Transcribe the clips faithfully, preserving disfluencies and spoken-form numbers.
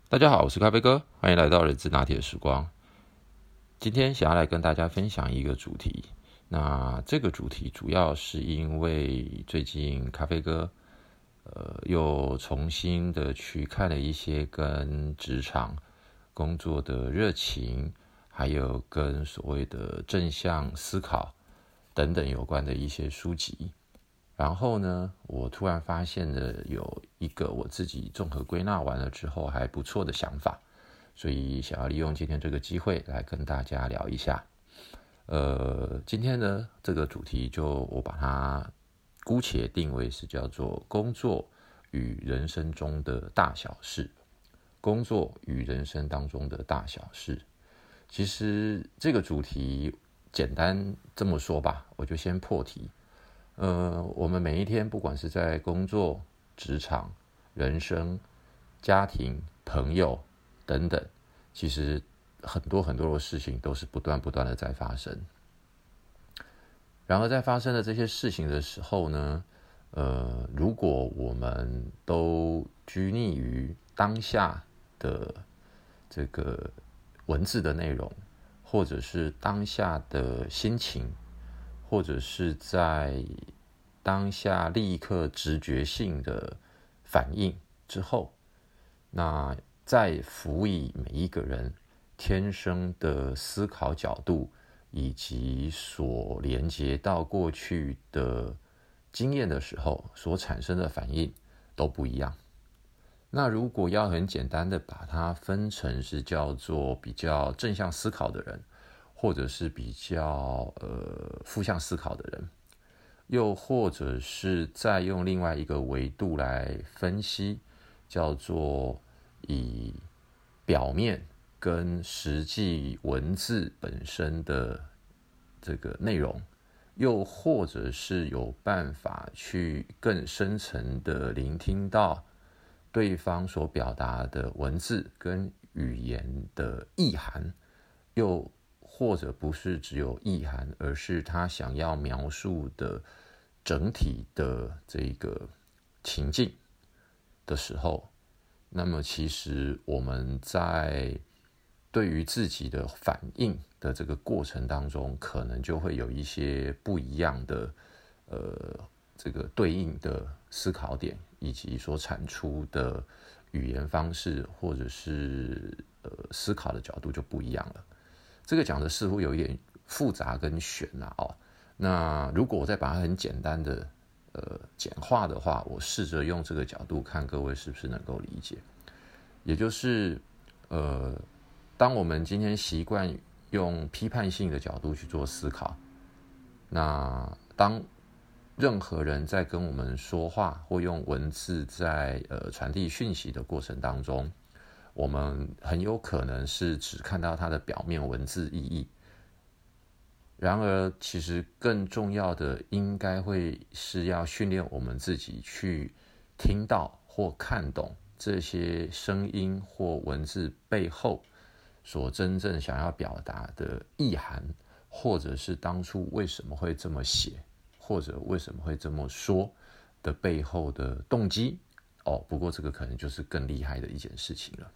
大家好，我是咖啡哥，欢迎来到人之拿铁时光。今天想要来跟大家分享一个主题，那这个主题主要是因为最近咖啡哥呃又重新的去看了一些跟职场工作的热情，还有跟所谓的正向思考等等有关的一些书籍。然后呢，我突然发现了有一个我自己综合归纳完了之后还不错的想法，所以想要利用今天这个机会来跟大家聊一下。呃，今天呢这个主题就我把它姑且定为是叫做工作与人生中的大小事。工作与人生当中的大小事，其实这个主题简单这么说吧，我就先破题。呃，我们每一天，不管是在工作、职场、人生、家庭、朋友等等，其实很多很多的事情都是不断不断的在发生。然而，在发生了这些事情的时候呢，呃，如果我们都拘泥于当下的这个文字的内容，或者是当下的心情，或者是在当下立刻直觉性的反应之后，那再辅以每一个人天生的思考角度，以及所连接到过去的经验的时候所产生的反应都不一样。那如果要很简单的把它分成是叫做比较正向思考的人，或者是比较呃负向思考的人，又或者是再用另外一个维度来分析，叫做以表面跟实际文字本身的这个内容，又或者是有办法去更深层的聆听到对方所表达的文字跟语言的意涵，又或者不是只有意涵，而是他想要描述的整体的这个情境的时候，那么其实我们在对于自己的反应的这个过程当中，可能就会有一些不一样的呃这个对应的思考点，以及所产出的语言方式或者是呃思考的角度就不一样了。这个讲的似乎有一点复杂跟玄啦哦。那如果我再把它很简单的呃简化的话，我试着用这个角度看，各位是不是能够理解？也就是呃，当我们今天习惯用批判性的角度去做思考，那当任何人在跟我们说话或用文字在呃传递讯息的过程当中，我们很有可能是只看到它的表面文字意义。然而，其实更重要的应该会是要训练我们自己去听到或看懂这些声音或文字背后所真正想要表达的意涵，或者是当初为什么会这么写，或者为什么会这么说的背后的动机。哦，不过这个可能就是更厉害的一件事情了。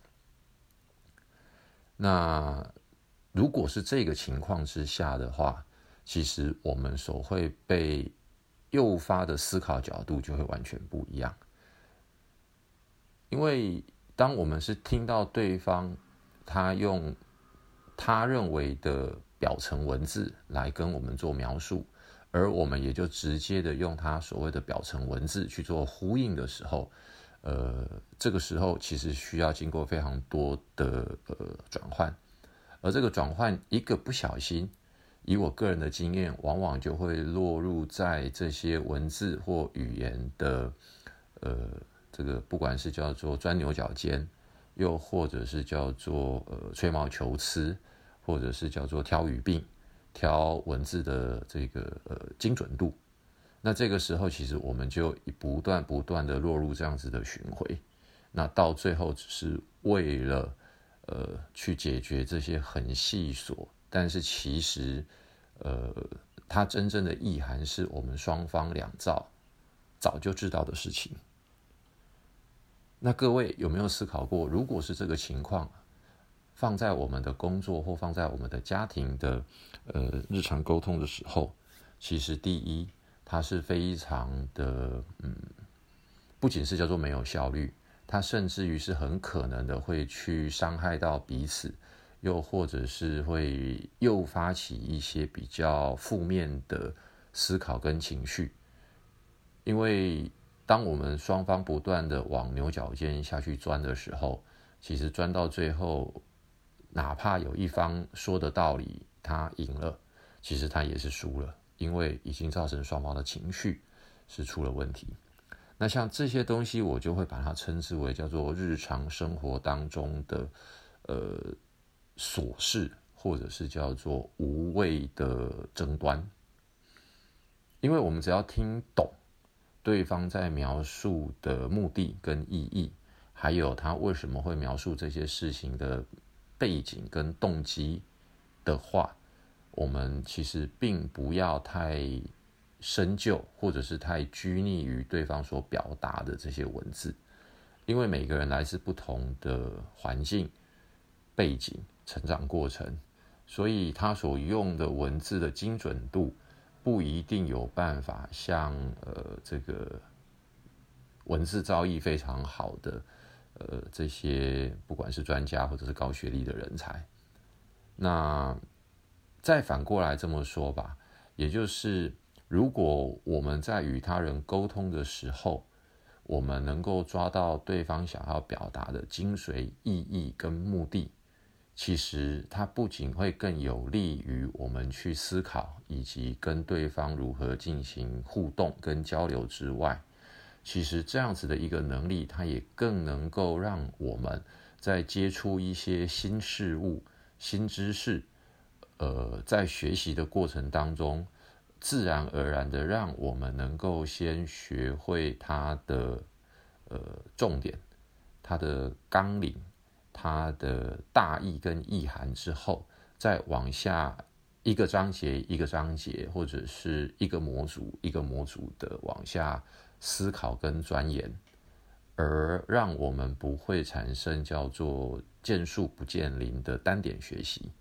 那如果是这个情况之下的话，其实我们所会被诱发的思考角度就会完全不一样。因为当我们是听到对方他用他认为的表层文字来跟我们做描述，而我们也就直接的用他所谓的表层文字去做呼应的时候，呃，这个时候其实需要经过非常多的呃转换，而这个转换一个不小心，以我个人的经验，往往就会落入在这些文字或语言的呃这个不管是叫做钻牛角尖，又或者是叫做呃吹毛求疵，或者是叫做挑语病，挑文字的这个呃精准度。那这个时候，其实我们就不断不断的落入这样子的循环，那到最后只是为了呃去解决这些很细琐，但是其实呃它真正的意涵是我们双方两造早就知道的事情。 那各位有没有思考过，如果是这个情况，放在我们的工作或放在我们的家庭的呃日常沟通的时候，其实第一，它是非常的嗯，不仅是叫做没有效率，它甚至于是很可能的会去伤害到彼此，又或者是会诱发起一些比较负面的思考跟情绪。因为当我们双方不断的往牛角尖下去钻的时候，其实钻到最后，哪怕有一方说的道理他赢了，其实他也是输了，因为已经造成双方的情绪是出了问题。那像这些东西，我就会把它称之为叫做日常生活当中的呃琐事，或者是叫做无谓的争端。因为我们只要听懂对方在描述的目的跟意义，还有他为什么会描述这些事情的背景跟动机的话，我们其实并不要太深究，或者是太拘泥于对方所表达的这些文字，因为每个人来自不同的环境、背景、成长过程，所以他所用的文字的精准度不一定有办法像呃这个文字造诣非常好的呃这些不管是专家或者是高学历的人才。那再反过来这么说吧，也就是如果我们在与他人沟通的时候，我们能够抓到对方想要表达的精髓意义跟目的，其实它不仅会更有利于我们去思考以及跟对方如何进行互动跟交流之外，其实这样子的一个能力，它也更能够让我们在接触一些新事物、新知识，呃，在学习的过程当中，自然而然的让我们能够先学会它的呃重点、它的纲领、它的大意跟意涵之后，再往下一个章节一个章节，或者是一个模组一个模组的往下思考跟钻研，而让我们不会产生叫做见树不见林的单点学习。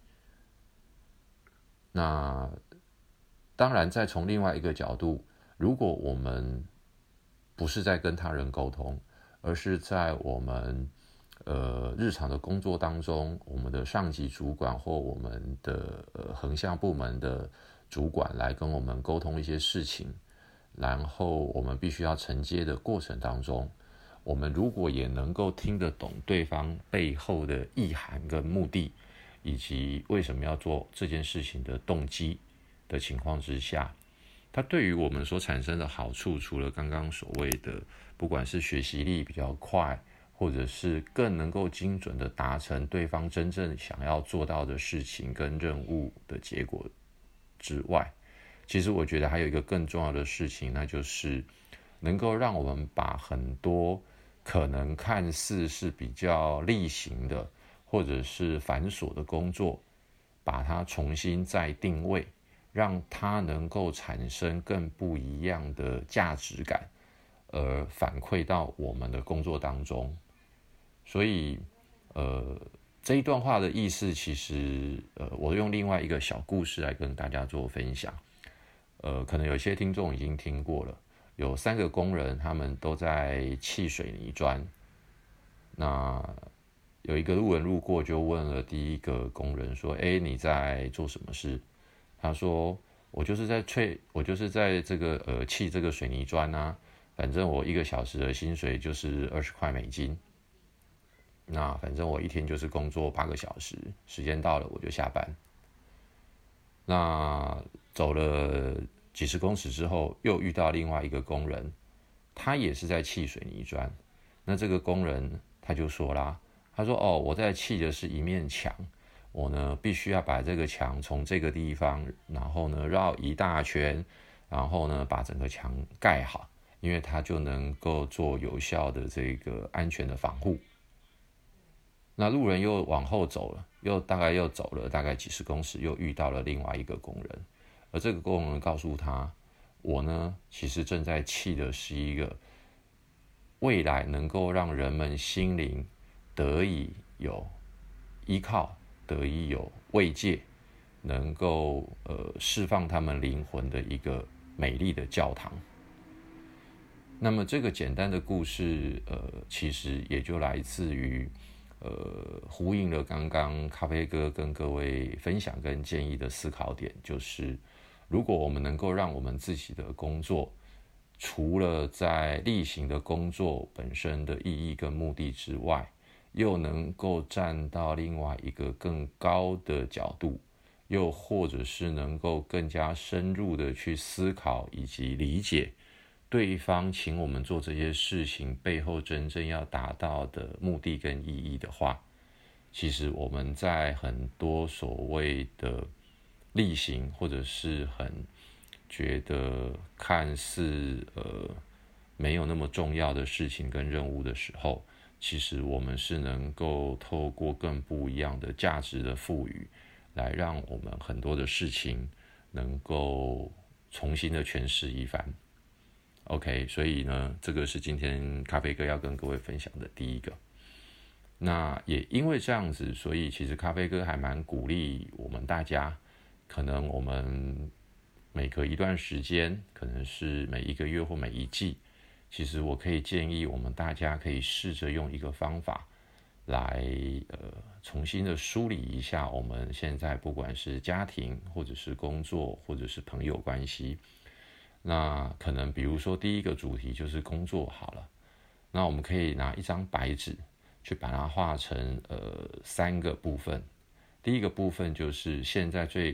那当然，再从另外一个角度，如果我们不是在跟他人沟通，而是在我们呃日常的工作当中，我们的上级主管或我们的呃横向部门的主管来跟我们沟通一些事情，然后我们必须要承接的过程当中，我们如果也能够听得懂对方背后的意涵跟目的，以及为什么要做这件事情的动机的情况之下，它对于我们所产生的好处，除了刚刚所谓的不管是学习力比较快，或者是更能够精准的达成对方真正想要做到的事情跟任务的结果之外，其实我觉得还有一个更重要的事情，那就是能够让我们把很多可能看似是比较例行的或者是繁琐的工作，把它重新再定位，让它能够产生更不一样的价值感，而反馈到我们的工作当中。所以呃这一段话的意思，其实呃我用另外一个小故事来跟大家做分享。呃可能有些听众已经听过了，有三个工人，他们都在砌水泥砖。那有一个路人路过，就问了第一个工人说：“哎，你在做什么事？”他说：“我就是在砌，我就是在这个呃砌这个水泥砖啊。反正我一个小时的薪水就是二十块美金。那反正我一天就是工作八个小时，时间到了我就下班。那走了几十公尺之后，又遇到另外一个工人，他也是在砌水泥砖。那这个工人他就说啦。”他说：“哦，我在砌的是一面墙，我呢必须要把这个墙从这个地方，然后呢绕一大圈，然后呢把整个墙盖好，因为它就能够做有效的这个安全的防护。”那路人又往后走了，又大概又走了大概几十公尺，又遇到了另外一个工人，而这个工人告诉他：“我呢其实正在砌的是一个未来能够让人们心灵得以有依靠，得以有慰藉，能够呃释放他们灵魂的一个美丽的教堂。那么这个简单的故事，呃，其实也就来自于，呃，呼应了刚刚咖啡哥跟各位分享跟建议的思考点，就是如果我们能够让我们自己的工作，除了在例行的工作本身的意义跟目的之外，又能够站到另外一个更高的角度，又或者是能够更加深入的去思考以及理解对方请我们做这些事情背后真正要达到的目的跟意义的话，其实我们在很多所谓的例行或者是很觉得看似呃没有那么重要的事情跟任务的时候，其实我们是能够透过更不一样的价值的赋予，来让我们很多的事情能够重新的诠释一番。OK， 所以呢，这个是今天咖啡哥要跟各位分享的第一个。那也因为这样子，所以其实咖啡哥还蛮鼓励我们大家，可能我们每隔一段时间，可能是每一个月或每一季，其实我可以建议我们大家可以试着用一个方法来呃重新的梳理一下我们现在不管是家庭或者是工作或者是朋友关系。那可能比如说第一个主题就是工作好了，那我们可以拿一张白纸去把它画成呃三个部分。第一个部分就是现在最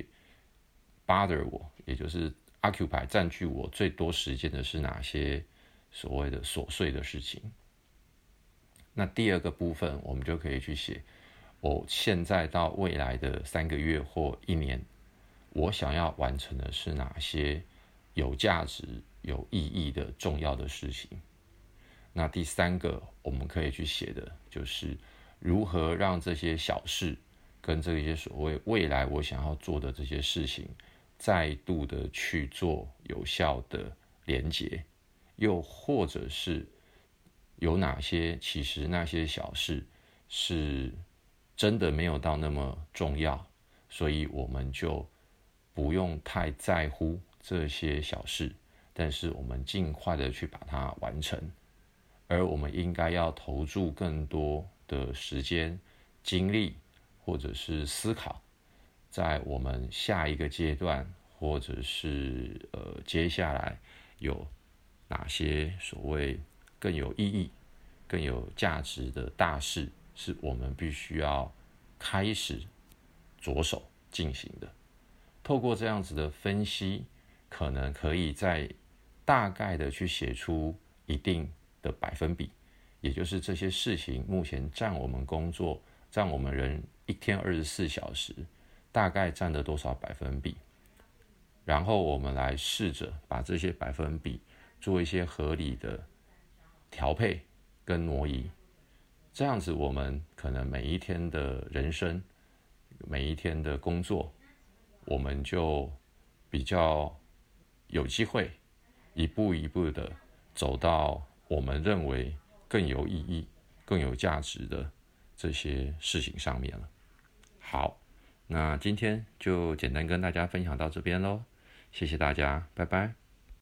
bother 我，也就是 occupy 占据我最多时间的是哪些所谓的琐碎的事情。那第二个部分我们就可以去写我现在到未来的三个月或一年，我想要完成的是哪些有价值、有意义的重要的事情。那第三个我们可以去写的就是如何让这些小事跟这些所谓未来我想要做的这些事情再度的去做有效的连结，又或者是有哪些其实那些小事是真的没有到那么重要，所以我们就不用太在乎这些小事，但是我们尽快的去把它完成，而我们应该要投注更多的时间、精力或者是思考，在我们下一个阶段，或者是呃接下来有哪些所谓更有意义、更有价值的大事，是我们必须要开始着手进行的。透过这样子的分析，可能可以在大概的去写出一定的百分比，也就是这些事情目前占我们工作、占我们人一天二十四小时，大概占了多少百分比，然后我们来试着把这些百分比做一些合理的调配跟挪移，这样子我们可能每一天的人生、每一天的工作，我们就比较有机会一步一步的走到我们认为更有意义、更有价值的这些事情上面了。好，那今天就简单跟大家分享到这边咯，谢谢大家，拜拜。